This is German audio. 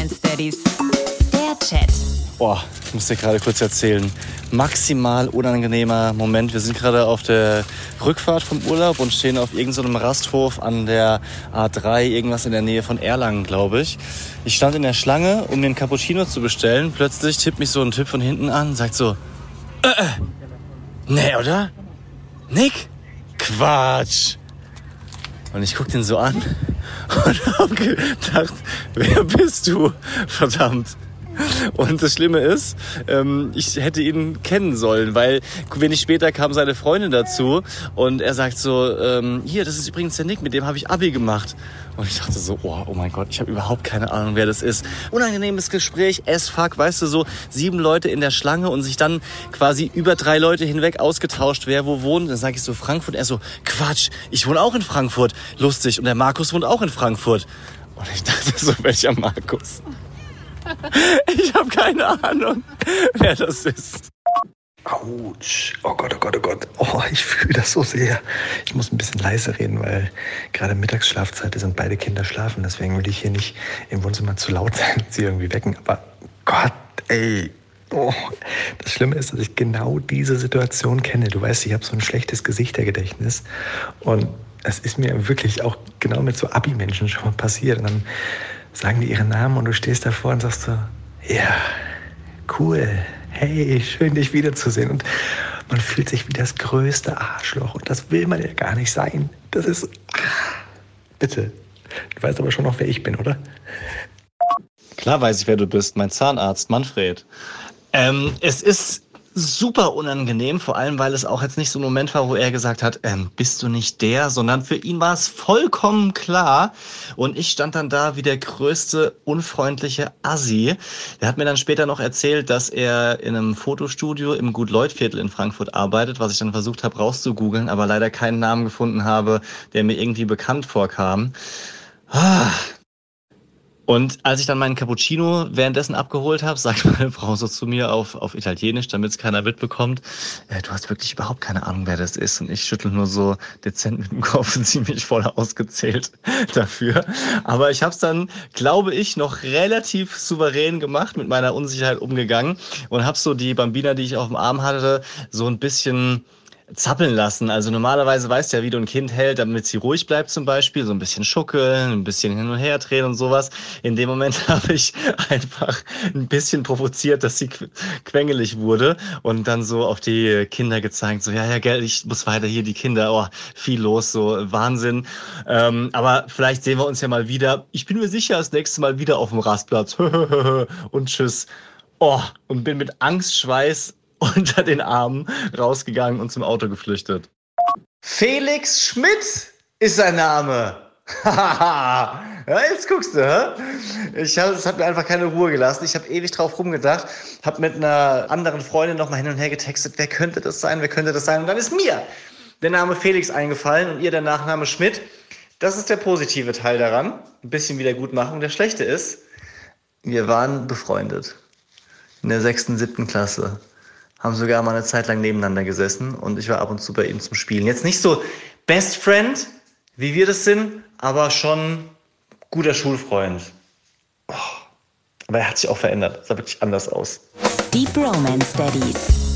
Bromance Daddies. Der Chat. Boah, ich muss dir gerade kurz erzählen. Maximal unangenehmer Moment. Wir sind gerade auf der Rückfahrt vom Urlaub und stehen auf irgendeinem Rasthof an der A3, irgendwas in der Nähe von Erlangen, glaube ich. Ich stand in der Schlange, um mir einen Cappuccino zu bestellen. Plötzlich tippt mich so ein Typ von hinten an und sagt so, nee, oder? Nick? Quatsch. Und ich guck den so an und hab gedacht, wer bist du? Verdammt. Und das Schlimme ist, ich hätte ihn kennen sollen, weil wenig später kam seine Freundin dazu und er sagt so, hier, das ist übrigens der Nick, mit dem habe ich Abi gemacht. Und ich dachte so, oh mein Gott, ich habe überhaupt keine Ahnung, wer das ist. Unangenehmes Gespräch, as fuck, weißt du, so 7 Leute in der Schlange und sich dann quasi über 3 Leute hinweg ausgetauscht, wer wo wohnt. Dann sage ich so, Frankfurt. Er so, Quatsch, ich wohne auch in Frankfurt. Lustig. Und der Markus wohnt auch in Frankfurt. Und ich dachte so, welcher Markus? Ich habe keine Ahnung, wer das ist. Autsch. Oh Gott, oh Gott, oh Gott. Oh, ich fühle das so sehr. Ich muss ein bisschen leise reden, weil gerade Mittagsschlafzeit ist und beide Kinder schlafen. Deswegen will ich hier nicht im Wohnzimmer zu laut sein und sie irgendwie wecken. Aber Gott, ey. Oh, das Schlimme ist, dass ich genau diese Situation kenne. Du weißt, ich habe so ein schlechtes Gesichtergedächtnis. Und es ist mir wirklich auch genau mit so Abi-Menschen schon mal passiert. Und dann sagen die ihren Namen und du stehst davor und sagst so, ja, cool, hey, schön dich wiederzusehen. Und man fühlt sich wie das größte Arschloch und das will man ja gar nicht sein. Das ist, bitte, du weißt aber schon noch, wer ich bin, oder? Klar weiß ich, wer du bist, mein Zahnarzt Manfred. Es ist super unangenehm, vor allem, weil es auch jetzt nicht so ein Moment war, wo er gesagt hat, bist du nicht der, sondern für ihn war es vollkommen klar und ich stand dann da wie der größte unfreundliche Assi. Der hat mir dann später noch erzählt, dass er in einem Fotostudio im Gut-Leut-Viertel in Frankfurt arbeitet, was ich dann versucht habe rauszugoogeln, aber leider keinen Namen gefunden habe, der mir irgendwie bekannt vorkam. Und als ich dann meinen Cappuccino währenddessen abgeholt habe, sagt meine Frau so zu mir auf Italienisch, damit es keiner mitbekommt, du hast wirklich überhaupt keine Ahnung, wer das ist. Und ich schüttel nur so dezent mit dem Kopf und ziemlich voll ausgezählt dafür. Aber ich habe es dann, glaube ich, noch relativ souverän gemacht, mit meiner Unsicherheit umgegangen und habe so die Bambina, die ich auf dem Arm hatte, so ein bisschen zappeln lassen. Also normalerweise weißt du ja, wie du ein Kind hält, damit sie ruhig bleibt zum Beispiel. So ein bisschen schuckeln, ein bisschen hin und her drehen und sowas. In dem Moment habe ich einfach ein bisschen provoziert, dass sie quengelig wurde und dann so auf die Kinder gezeigt. So, ja, gell, ich muss weiter hier, die Kinder. Oh, viel los, so Wahnsinn. Aber vielleicht sehen wir uns ja mal wieder. Ich bin mir sicher, das nächste Mal wieder auf dem Rastplatz. Und tschüss. Oh, und bin mit Angstschweiß unter den Armen rausgegangen und zum Auto geflüchtet. Felix Schmidt ist sein Name. Ja, jetzt guckst du, hä? Es hat mir einfach keine Ruhe gelassen. Ich habe ewig drauf rumgedacht, habe mit einer anderen Freundin noch mal hin und her getextet, wer könnte das sein, wer könnte das sein? Und dann ist mir der Name Felix eingefallen und ihr der Nachname Schmidt. Das ist der positive Teil daran. Ein bisschen Wiedergutmachung. Der schlechte ist, wir waren befreundet. In der 6., 7. Klasse. Haben sogar mal eine Zeit lang nebeneinander gesessen und ich war ab und zu bei ihm zum Spielen. Jetzt nicht so Best Friend, wie wir das sind, aber schon guter Schulfreund. Oh. Aber er hat sich auch verändert. Sah wirklich anders aus. Die Bromance Daddies.